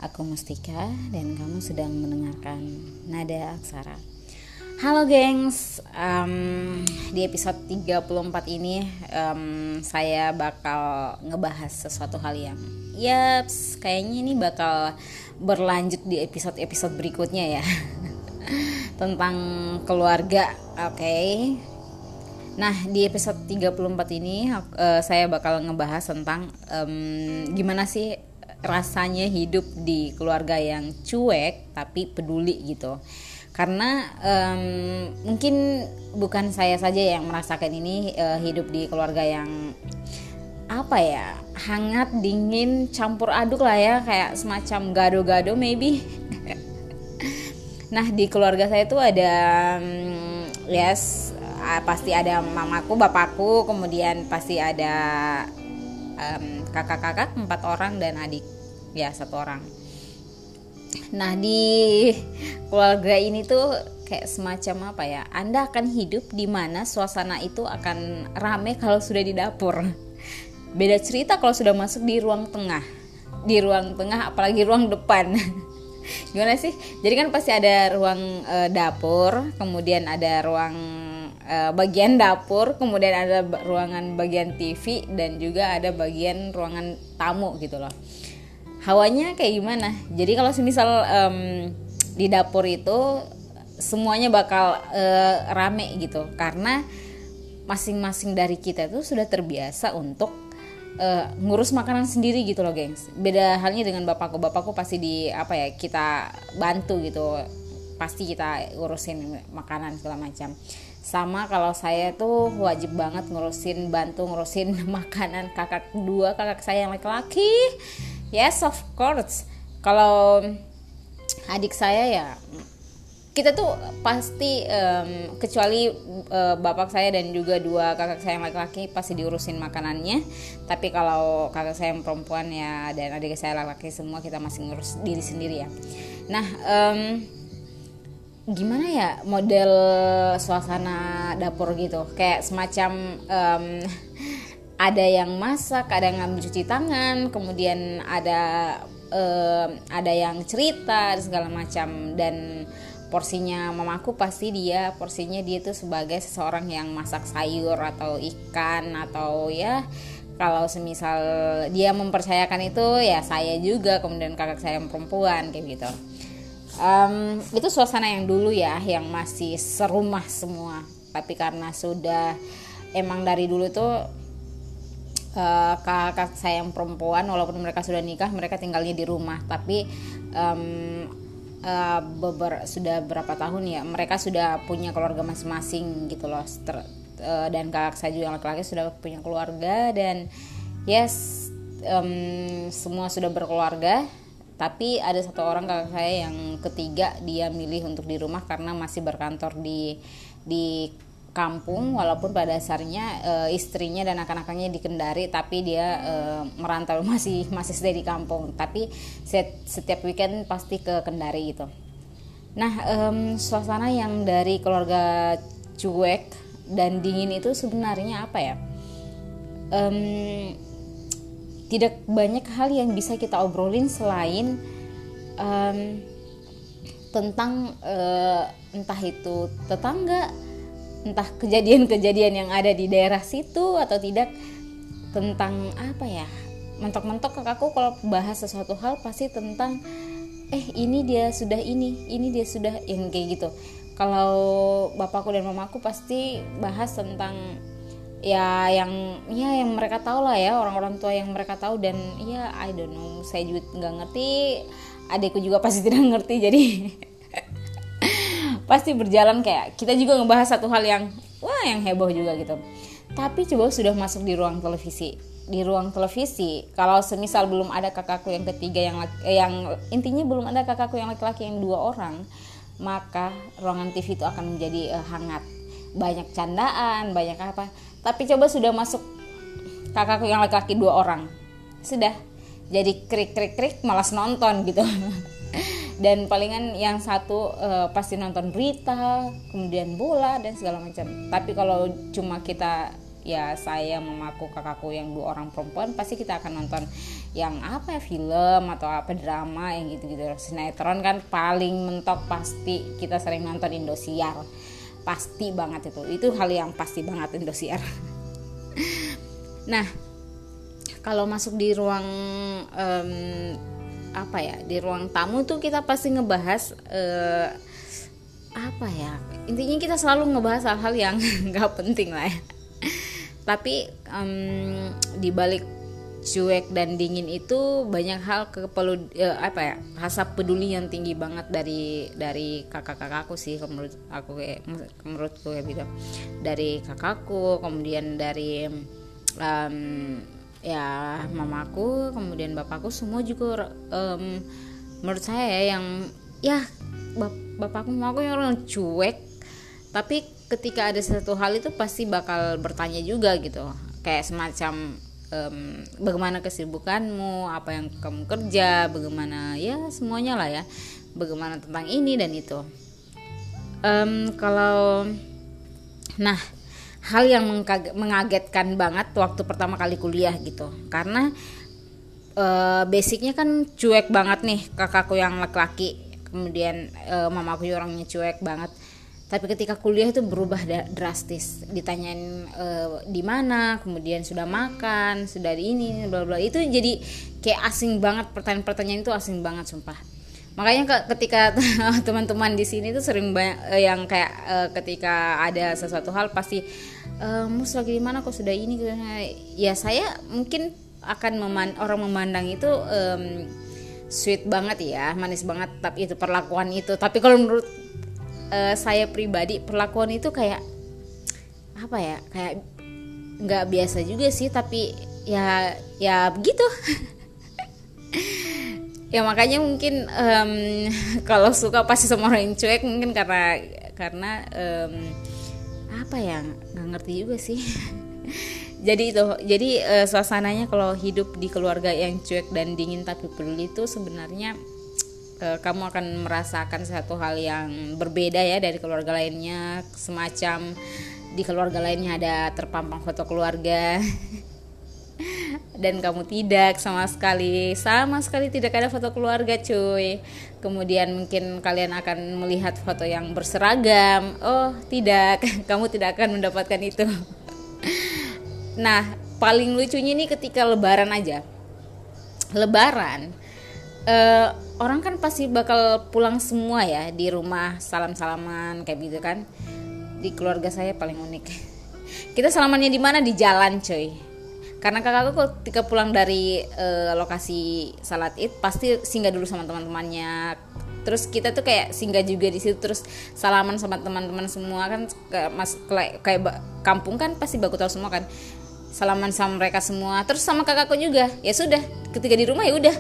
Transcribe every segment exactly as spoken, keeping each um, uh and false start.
Aku Mustika dan kamu sedang mendengarkan Nada Aksara. Halo gengs, um, di episode tiga puluh empat ini um, saya bakal ngebahas sesuatu hal yang Yaps, kayaknya ini bakal berlanjut di episode-episode berikutnya ya. Tentang keluarga, oke okay? Nah, di episode tiga puluh empat ini uh, saya bakal ngebahas tentang um, gimana sih rasanya hidup di keluarga yang cuek tapi peduli gitu. Karena um, mungkin bukan saya saja yang merasakan ini, uh, hidup di keluarga yang apa ya, hangat, dingin, campur aduk lah ya, kayak semacam gado-gado maybe. Nah, di keluarga saya tuh ada um, yes pasti ada mamaku, bapakku, kemudian pasti ada um, kakak-kakak empat orang dan adik ya satu orang. Nah, di keluarga ini tuh kayak semacam apa ya, Anda akan hidup di mana suasana itu akan rame kalau sudah di dapur. Beda cerita kalau sudah masuk di ruang tengah. Di ruang tengah apalagi ruang depan. Gimana sih? Jadi kan pasti ada ruang e, dapur, kemudian ada ruang e, bagian dapur, kemudian ada ruangan bagian T V, dan juga ada bagian ruangan tamu gitu loh. Hawanya kayak gimana? Jadi kalau semisal um, di dapur itu semuanya bakal uh, rame gitu, karena masing-masing dari kita itu sudah terbiasa untuk uh, ngurus makanan sendiri gitu loh, gengs. Beda halnya dengan bapakku. Bapakku pasti di apa ya, kita bantu gitu, pasti kita urusin makanan segala macam. Sama kalau saya tuh wajib banget ngurusin, bantu ngurusin makanan kakak kedua, kakak saya yang laki-laki. Yes, of course. Kalau adik saya ya, kita tuh pasti um, kecuali uh, bapak saya dan juga dua kakak saya yang laki-laki pasti diurusin makanannya. Tapi kalau kakak saya yang perempuan ya dan adik saya laki-laki, semua kita masih ngurus diri sendiri ya. Nah, um, gimana ya model suasana dapur gitu? Kayak semacam um, ada yang masak, ada yang ngambil cuci tangan, kemudian ada eh, ada yang cerita dan segala macam. Dan porsinya mamaku pasti dia porsinya dia tuh sebagai seseorang yang masak sayur atau ikan, atau ya kalau semisal dia mempercayakan itu ya saya juga, kemudian kakak saya yang perempuan kayak gitu. Um, itu suasana yang dulu ya, yang masih serumah semua. Tapi karena sudah emang dari dulu tuh Uh, kakak saya yang perempuan, walaupun mereka sudah nikah, mereka tinggalnya di rumah. Tapi um, uh, beber, sudah berapa tahun ya, mereka sudah punya keluarga masing-masing gitu loh. Ter, uh, dan kakak saya juga yang laki-laki sudah punya keluarga, dan yes, um, semua sudah berkeluarga. Tapi ada satu orang kakak saya yang ketiga, dia milih untuk di rumah karena masih berkantor di di kampung, walaupun pada dasarnya e, istrinya dan anak-anaknya di Kendari, tapi dia e, merantau masih masih stay di kampung, tapi set, setiap weekend pasti ke Kendari gitu. Nah, e, suasana yang dari keluarga cuek dan dingin itu sebenarnya apa ya? E, tidak banyak hal yang bisa kita obrolin selain e, tentang e, entah itu tetangga, entah kejadian-kejadian yang ada di daerah situ atau tidak, tentang apa ya, mentok-mentok kakakku kalau bahas sesuatu hal pasti tentang eh ini dia sudah ini, ini dia sudah yang kayak gitu. Kalau bapakku dan mamaku pasti bahas tentang ya yang ya yang mereka tahu lah ya, orang-orang tua yang mereka tahu. Dan ya I don't know, saya juga nggak ngerti, adikku juga pasti tidak ngerti, jadi pasti berjalan kayak kita juga ngebahas satu hal yang wah yang heboh juga gitu. Tapi coba sudah masuk di ruang televisi. Di ruang televisi, kalau semisal belum ada kakakku yang ketiga yang eh, yang intinya belum ada kakakku yang laki-laki yang dua orang, maka ruangan T V itu akan menjadi uh, hangat. Banyak candaan, banyak apa. Tapi coba sudah masuk kakakku yang laki-laki dua orang, sudah jadi krik-krik-krik malas nonton gitu. Dan palingan yang satu uh, pasti nonton berita, kemudian bola dan segala macam. Tapi kalau cuma kita ya saya, mamaku, kakakku yang dua orang perempuan, pasti kita akan nonton yang apa ya, film atau apa drama yang gitu-gitu. Sinetron kan paling mentok pasti kita sering nonton Indosiar, pasti banget itu itu hal yang pasti banget Indosiar. Nah, kalau masuk di ruang um, apa ya, di ruang tamu tuh kita pasti ngebahas uh, apa ya, intinya kita selalu ngebahas hal-hal yang nggak penting lah ya. Tapi um, di balik cuek dan dingin itu banyak hal kepelu eh, apa ya, rasa peduli yang tinggi banget dari dari kakak-kakakku sih, menurut aku kayak menurutku kayak gitu. Dari kakakku, kemudian dari um, ya mamaku, kemudian bapakku, semua juga um, menurut saya ya, yang ya bap, bapakku mamaku yang orang cuek, tapi ketika ada satu hal itu pasti bakal bertanya juga gitu, kayak semacam um, bagaimana kesibukanmu, apa yang kamu kerja, bagaimana ya semuanya lah ya, bagaimana tentang ini dan itu. Um, kalau nah hal yang mengagetkan banget waktu pertama kali kuliah gitu, karena uh, basicnya kan cuek banget nih kakakku yang laki-laki, kemudian uh, mamaku orangnya cuek banget. Tapi ketika kuliah itu berubah drastis. Ditanyain e, di mana, kemudian sudah makan, sudah di ini, bla bla. Itu jadi kayak asing banget, pertanyaan-pertanyaan itu asing banget sumpah. Makanya ketika teman-teman di sini tuh sering banyak e, yang kayak e, ketika ada sesuatu hal pasti e, mus lagi di mana kok sudah ini. Ya saya mungkin akan meman- orang memandang itu e, sweet banget ya, manis banget, tapi itu perlakuan itu. Tapi kalau menurut Uh, saya pribadi, perlakuan itu kayak apa ya, kayak nggak biasa juga sih, tapi ya ya begitu. Ya makanya mungkin um, kalau suka pasti sama orang yang cuek, mungkin karena karena um, apa ya, nggak ngerti juga sih. Jadi itu, jadi uh, suasananya kalau hidup di keluarga yang cuek dan dingin tapi peduli itu sebenarnya kamu akan merasakan satu hal yang berbeda ya dari keluarga lainnya. Semacam di keluarga lainnya ada terpampang foto keluarga dan kamu tidak, sama sekali sama sekali tidak ada foto keluarga cuy. Kemudian mungkin kalian akan melihat foto yang berseragam. Oh tidak, kamu tidak akan mendapatkan itu. Nah paling lucunya nih ketika lebaran aja. Lebaran Uh, orang kan pasti bakal pulang semua ya di rumah, salam-salaman kayak gitu kan. Di keluarga saya paling unik. Kita salamannya di mana? Di jalan, coy. Karena kakakku ketika pulang dari uh, lokasi salat Id pasti singgah dulu sama teman-temannya. Terus kita tuh kayak singgah juga di situ, terus salaman sama teman-teman semua kan, kayak mas kayak, kayak kampung kan pasti baku tahu semua kan. Salaman sama mereka semua, terus sama kakakku juga. Ya sudah, ketika di rumah ya udah.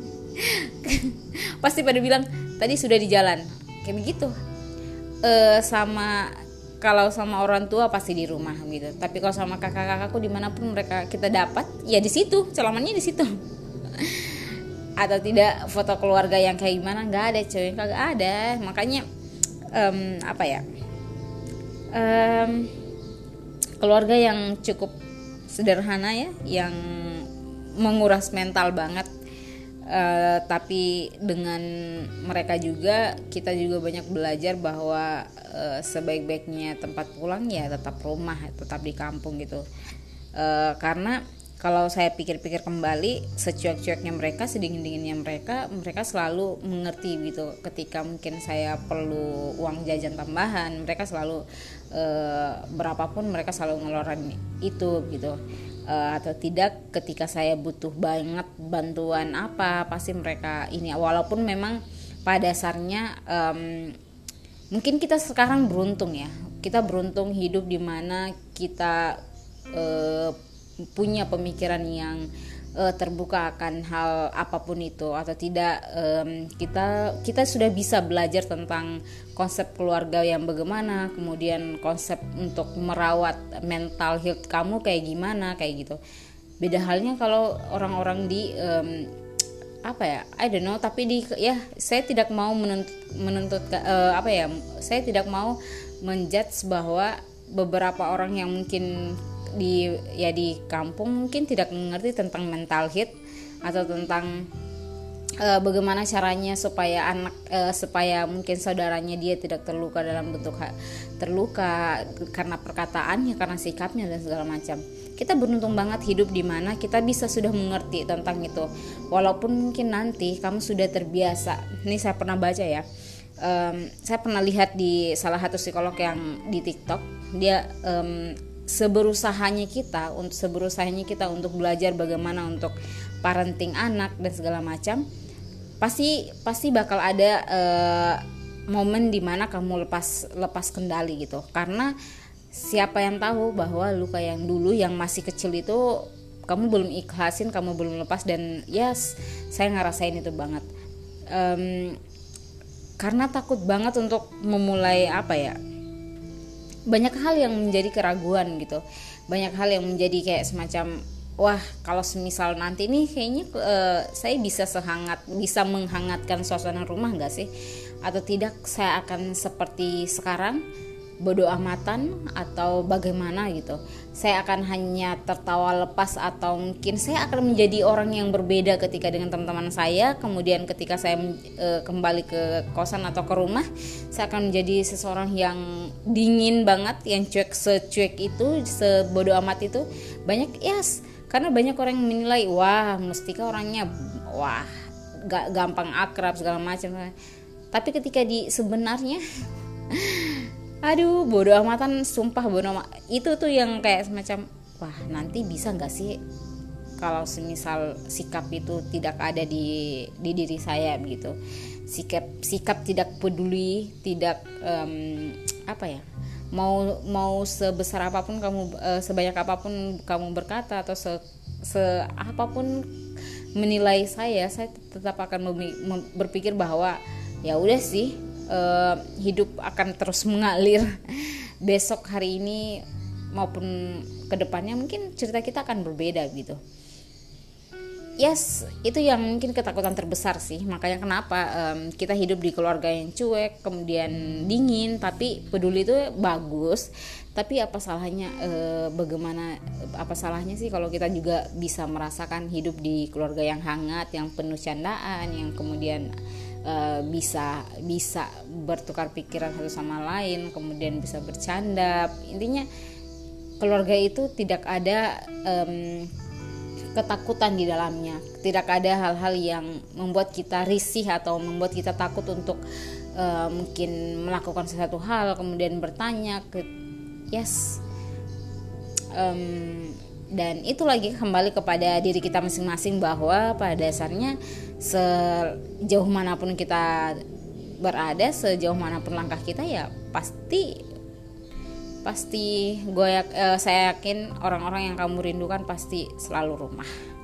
Pasti pada bilang tadi sudah di jalan kayak begitu. E, sama kalau sama orang tua pasti di rumah gitu. Tapi kalau sama kakak-kakakku dimanapun mereka kita dapat, ya di situ, celamannya di situ. Atau tidak foto keluarga yang kayak gimana, nggak ada coy, nggak ada. Makanya um, apa ya, um, keluarga yang cukup sederhana ya, yang menguras mental banget. Uh, tapi dengan mereka juga kita juga banyak belajar bahwa uh, sebaik-baiknya tempat pulang ya tetap rumah, tetap di kampung gitu. Uh, karena kalau saya pikir-pikir kembali, secuek-cueknya mereka, sedingin-dinginnya mereka, mereka selalu mengerti gitu. Ketika mungkin saya perlu uang jajan tambahan, mereka selalu uh, berapapun mereka selalu ngeluarin itu gitu. Uh, atau tidak ketika saya butuh banget bantuan apa, pasti mereka ini, walaupun memang pada dasarnya um, mungkin kita sekarang beruntung ya, kita beruntung hidup di mana kita uh, punya pemikiran yang uh, terbuka akan hal apapun itu, atau tidak um, kita kita sudah bisa belajar tentang konsep keluarga yang bagaimana, kemudian konsep untuk merawat mental health kamu kayak gimana, kayak gitu. Beda halnya kalau orang-orang di um, apa ya, I don't know, tapi di ya saya tidak mau menuntut, menuntut uh, apa ya, saya tidak mau menjudge bahwa beberapa orang yang mungkin di ya di kampung mungkin tidak mengerti tentang mental health atau tentang uh, bagaimana caranya supaya anak uh, supaya mungkin saudaranya dia tidak terluka dalam bentuk ha- terluka karena perkataannya, karena sikapnya dan segala macam. Kita beruntung banget hidup di mana kita bisa sudah mengerti tentang itu, walaupun mungkin nanti kamu sudah terbiasa. Ini saya pernah baca ya, um, saya pernah lihat di salah satu psikolog yang di TikTok, dia um, seberusahanya kita untuk seberusahanya kita untuk belajar bagaimana untuk parenting anak dan segala macam, pasti pasti bakal ada uh, momen dimana kamu lepas lepas kendali gitu. Karena siapa yang tahu bahwa luka yang dulu yang masih kecil itu kamu belum ikhlasin, kamu belum lepas. Dan yes, saya ngerasain itu banget, um, karena takut banget untuk memulai apa ya, banyak hal yang menjadi keraguan gitu, banyak hal yang menjadi kayak semacam wah kalau semisal nanti nih kayaknya uh, saya bisa sehangat bisa menghangatkan suasana rumah nggak sih, atau tidak saya akan seperti sekarang bodoh amatan atau bagaimana gitu, saya akan hanya tertawa lepas, atau mungkin saya akan menjadi orang yang berbeda ketika dengan teman-teman saya. Kemudian ketika saya e, kembali ke kosan atau ke rumah, saya akan menjadi seseorang yang dingin banget, yang cuek, secuek itu, sebodoh amat itu. Banyak yes, karena banyak orang yang menilai wah Mustika orangnya wah gak gampang akrab segala macam. Tapi ketika di sebenarnya aduh bodoh amatan, sumpah bodoh amat. Itu tuh yang kayak semacam wah nanti bisa gak sih kalau semisal sikap itu tidak ada di di diri saya begitu, sikap sikap tidak peduli, tidak um, apa ya, mau mau sebesar apapun kamu, uh, sebanyak apapun kamu berkata atau se, se apapun menilai saya, saya tetap akan berpikir bahwa ya udah sih, Uh, hidup akan terus mengalir. Besok hari ini maupun kedepannya mungkin cerita kita akan berbeda gitu. Yes, itu yang mungkin ketakutan terbesar sih. Makanya kenapa um, kita hidup di keluarga yang cuek, kemudian dingin, tapi peduli itu bagus. Tapi apa salahnya, uh, bagaimana, apa salahnya sih kalau kita juga bisa merasakan hidup di keluarga yang hangat, yang penuh candaan, yang kemudian Uh, bisa bisa bertukar pikiran satu sama lain, kemudian bisa bercanda. Intinya keluarga itu tidak ada um, ketakutan di dalamnya, tidak ada hal-hal yang membuat kita risih atau membuat kita takut untuk uh, mungkin melakukan sesuatu hal, kemudian bertanya ke yes um, dan itu lagi kembali kepada diri kita masing-masing, bahwa pada dasarnya sejauh manapun kita berada, sejauh manapun langkah kita, ya pasti pasti gue eh, saya yakin orang-orang yang kamu rindukan pasti selalu rumah.